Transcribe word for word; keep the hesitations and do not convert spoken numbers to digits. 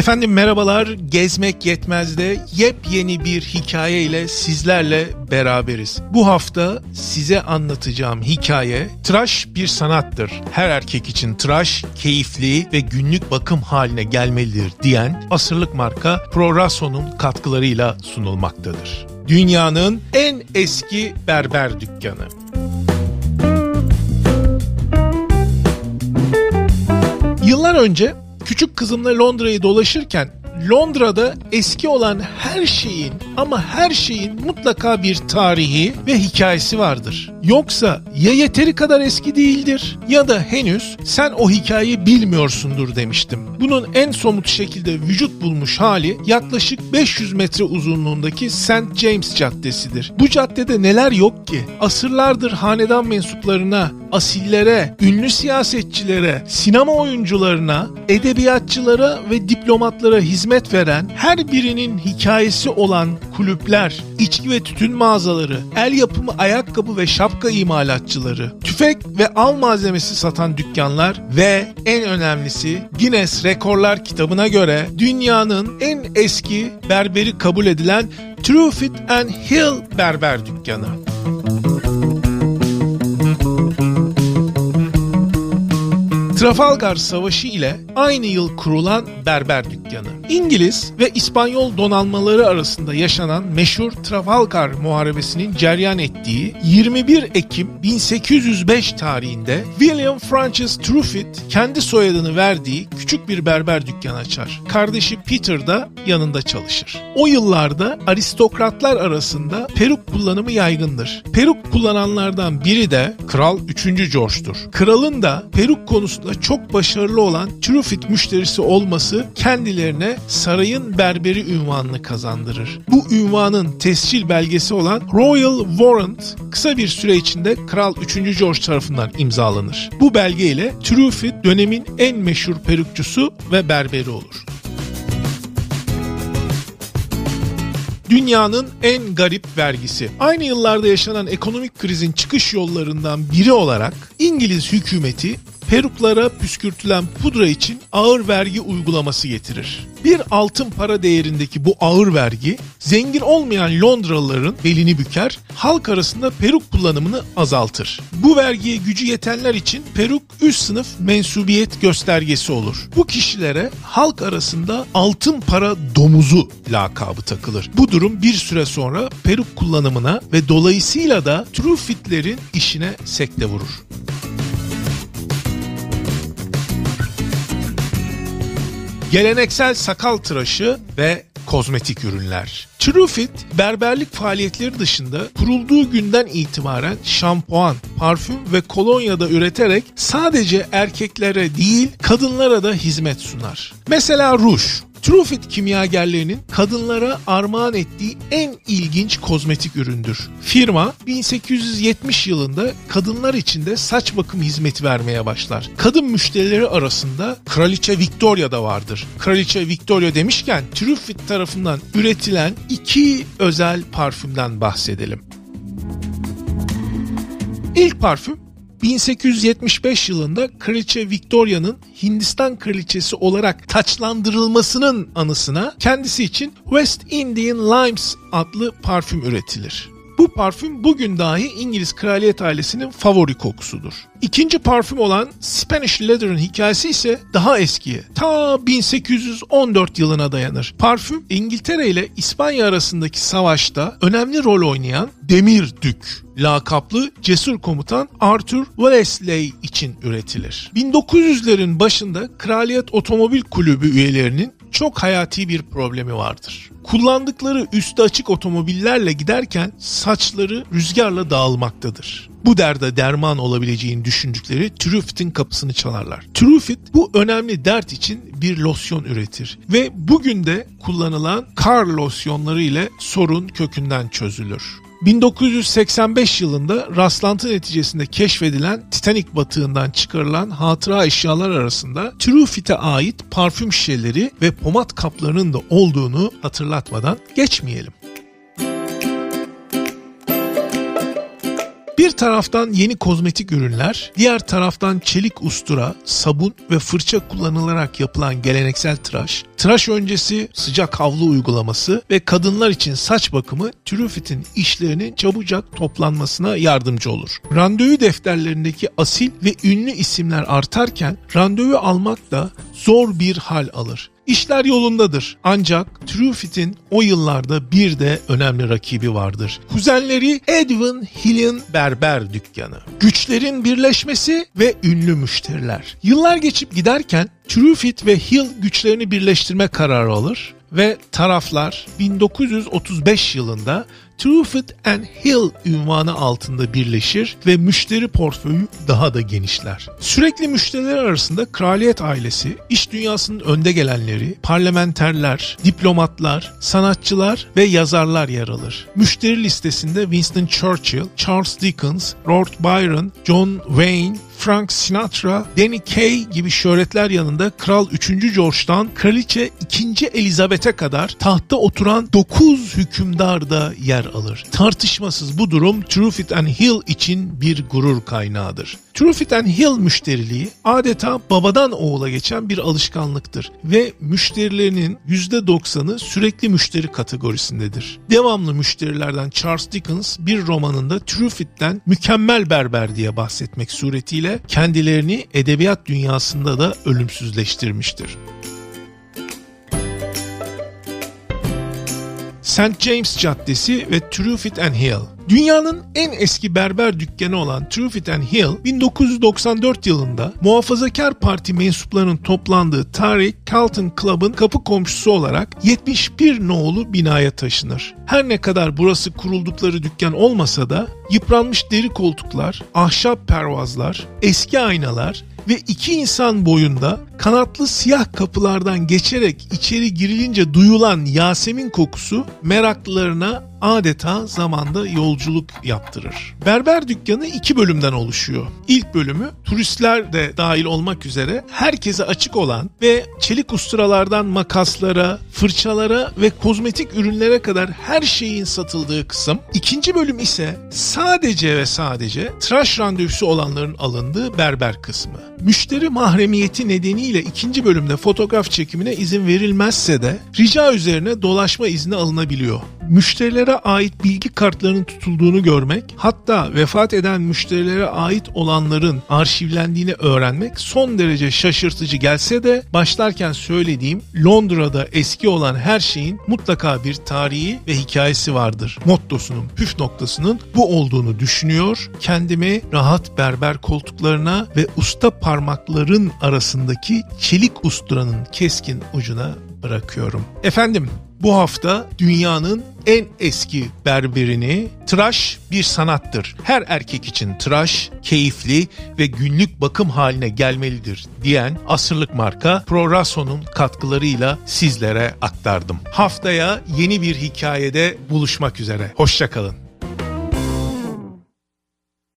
Efendim merhabalar, Gezmek Yetmez'de yepyeni bir hikaye ile sizlerle beraberiz. Bu hafta size anlatacağım hikaye, tıraş bir sanattır. Her erkek için tıraş keyifli ve günlük bakım haline gelmelidir diyen asırlık marka Pro-Rasso'nun katkılarıyla sunulmaktadır. Dünyanın en eski berber dükkanı. Yıllar önce küçük kızımla Londra'yı dolaşırken Londra'da eski olan her şeyin ama her şeyin mutlaka bir tarihi ve hikayesi vardır. Yoksa ya yeteri kadar eski değildir ya da henüz sen o hikayeyi bilmiyorsundur demiştim. Bunun en somut şekilde vücut bulmuş hali yaklaşık beş yüz metre uzunluğundaki Saint James Caddesi'dir. Bu caddede neler yok ki? Asırlardır hanedan mensuplarına, asillere, ünlü siyasetçilere, sinema oyuncularına, edebiyatçılara ve diplomatlara hizmet veren, her birinin hikayesi olan kulüpler, içki ve tütün mağazaları, el yapımı ayakkabı ve şapka imalatçıları, tüfek ve av malzemesi satan dükkanlar ve en önemlisi Guinness Rekorlar kitabına göre dünyanın en eski berberi kabul edilen Truefitt and Hill berber dükkanı. Trafalgar Savaşı ile aynı yıl kurulan berber dükkanı. İngiliz ve İspanyol donanmaları arasında yaşanan meşhur Trafalgar Muharebesi'nin cereyan ettiği yirmi bir Ekim bin sekiz yüz beş tarihinde William Francis Truefitt kendi soyadını verdiği küçük bir berber dükkanı açar. Kardeşi Peter da yanında çalışır. O yıllarda aristokratlar arasında peruk kullanımı yaygındır. Peruk kullananlardan biri de Kral üçüncü George'dur. Kralın da peruk konusunda çok başarılı olan Truefitt müşterisi olması kendilerine sarayın berberi unvanını kazandırır. Bu unvanın tescil belgesi olan Royal Warrant kısa bir süre içinde Kral üçüncü George tarafından imzalanır. Bu belge ile Truefitt dönemin en meşhur perukçusu ve berberi olur. Dünyanın en garip vergisi. Aynı yıllarda yaşanan ekonomik krizin çıkış yollarından biri olarak İngiliz hükümeti peruklara püskürtülen pudra için ağır vergi uygulaması getirir. Bir altın para değerindeki bu ağır vergi zengin olmayan Londralıların belini büker, halk arasında peruk kullanımını azaltır. Bu vergiye gücü yetenler için peruk üst sınıf mensubiyet göstergesi olur. Bu kişilere halk arasında altın para domuzu lakabı takılır. Bu durum bir süre sonra peruk kullanımına ve dolayısıyla da Truefitt'lerin işine sekte vurur. Geleneksel sakal tıraşı ve kozmetik ürünler. Truefitt, berberlik faaliyetleri dışında kurulduğu günden itibaren şampuan, parfüm ve kolonya da üreterek sadece erkeklere değil kadınlara da hizmet sunar. Mesela ruj. Truefitt kimyagerlerinin kadınlara armağan ettiği en ilginç kozmetik üründür. Firma bin sekiz yüz yetmiş yılında kadınlar için de saç bakım hizmeti vermeye başlar. Kadın müşterileri arasında Kraliçe Victoria da vardır. Kraliçe Victoria demişken Truefitt tarafından üretilen iki özel parfümden bahsedelim. İlk parfüm bin sekiz yüz yetmiş beş yılında Kraliçe Victoria'nın Hindistan kraliçesi olarak taçlandırılmasının anısına kendisi için West Indian Limes adlı parfüm üretilir. Bu parfüm bugün dahi İngiliz kraliyet ailesinin favori kokusudur. İkinci parfüm olan Spanish Leather'ın hikayesi ise daha eskiye, ta bin sekiz yüz on dört yılına dayanır. Parfüm İngiltere ile İspanya arasındaki savaşta önemli rol oynayan Demir Dük lakaplı cesur komutan Arthur Wellesley için üretilir. bin dokuz yüzlerin başında Kraliyet Otomobil Kulübü üyelerinin çok hayati bir problemi vardır. Kullandıkları üstü açık otomobillerle giderken saçları rüzgarla dağılmaktadır. Bu derde derman olabileceğini düşündükleri Truefitt'in kapısını çalarlar. Truefitt bu önemli dert için bir losyon üretir ve bugün de kullanılan kar losyonları ile sorun kökünden çözülür. bin dokuz yüz seksen beş yılında rastlantı neticesinde keşfedilen Titanic batığından çıkarılan hatıra eşyalar arasında Truefitt'e ait parfüm şişeleri ve pomat kaplarının da olduğunu hatırlatmadan geçmeyelim. Bir taraftan yeni kozmetik ürünler, diğer taraftan çelik ustura, sabun ve fırça kullanılarak yapılan geleneksel tıraş, tıraş öncesi sıcak havlu uygulaması ve kadınlar için saç bakımı Truffaut'in işlerinin çabucak toplanmasına yardımcı olur. Randevu defterlerindeki asil ve ünlü isimler artarken randevu almak da zor bir hal alır. İşler yolundadır. Ancak Truffaut'in o yıllarda bir de önemli rakibi vardır. Kuzenleri Edwin Hill'in berber dükkanı. Güçlerin birleşmesi ve ünlü müşteriler. Yıllar geçip giderken Truffaut ve Hill güçlerini birleştirme kararı alır ve taraflar bin dokuz yüz otuz beş yılında Truffaut and Hill ünvanı altında birleşir ve müşteri portföyü daha da genişler. Sürekli müşteriler arasında kraliyet ailesi, iş dünyasının önde gelenleri, parlamenterler, diplomatlar, sanatçılar ve yazarlar yer alır. Müşteri listesinde Winston Churchill, Charles Dickens, Lord Byron, John Wayne, Frank Sinatra, Danny Kaye gibi şöhretler yanında Kral üçüncü George'dan Kraliçe ikinci Elizabeth'e kadar tahtta oturan dokuz hükümdar da yer alır. Tartışmasız bu durum Truffaut and Hill için bir gurur kaynağıdır. Truffaut and Hill müşteriliği adeta babadan oğula geçen bir alışkanlıktır ve müşterilerinin yüzde doksanı sürekli müşteri kategorisindedir. Devamlı müşterilerden Charles Dickens bir romanında Truffaut'ten mükemmel berber diye bahsetmek suretiyle kendilerini edebiyat dünyasında da ölümsüzleştirmiştir. Saint James Caddesi ve Truffaut and Hill. Dünyanın en eski berber dükkanı olan Truffaut and Hill, bin dokuz yüz doksan dört yılında Muhafazakar Parti mensuplarının toplandığı Tariq Carlton Club'ın kapı komşusu olarak yetmiş bir nolu binaya taşınır. Her ne kadar burası kuruldukları dükkan olmasa da yıpranmış deri koltuklar, ahşap pervazlar, eski aynalar ve iki insan boyunda kanatlı siyah kapılardan geçerek içeri girilince duyulan Yasemin kokusu meraklılarına adeta zamanda yolculuk yaptırır. Berber dükkanı iki bölümden oluşuyor. İlk bölümü turistler de dahil olmak üzere herkese açık olan ve çelik usturalardan makaslara, fırçalara ve kozmetik ürünlere kadar her şeyin satıldığı kısım. İkinci bölüm ise sadece ve sadece tıraş randevusu olanların alındığı berber kısmı. Müşteri mahremiyeti nedeniyle ikinci bölümde fotoğraf çekimine izin verilmezse de rica üzerine dolaşma izni alınabiliyor. Müşterilere ait bilgi kartlarının tutulduğunu görmek, hatta vefat eden müşterilere ait olanların arşivlendiğini öğrenmek son derece şaşırtıcı gelse de başlarken söylediğim Londra'da eski olan her şeyin mutlaka bir tarihi ve hikayesi vardır mottosunun püf noktasının bu olduğunu düşünüyor, kendimi rahat berber koltuklarına ve usta parmakların arasındaki çelik usturanın keskin ucuna bırakıyorum. Efendim, bu hafta dünyanın en eski berberini, tıraş bir sanattır, her erkek için tıraş keyifli ve günlük bakım haline gelmelidir diyen asırlık marka Pro-Rasso'nun katkılarıyla sizlere aktardım. Haftaya yeni bir hikayede buluşmak üzere. Hoşça kalın.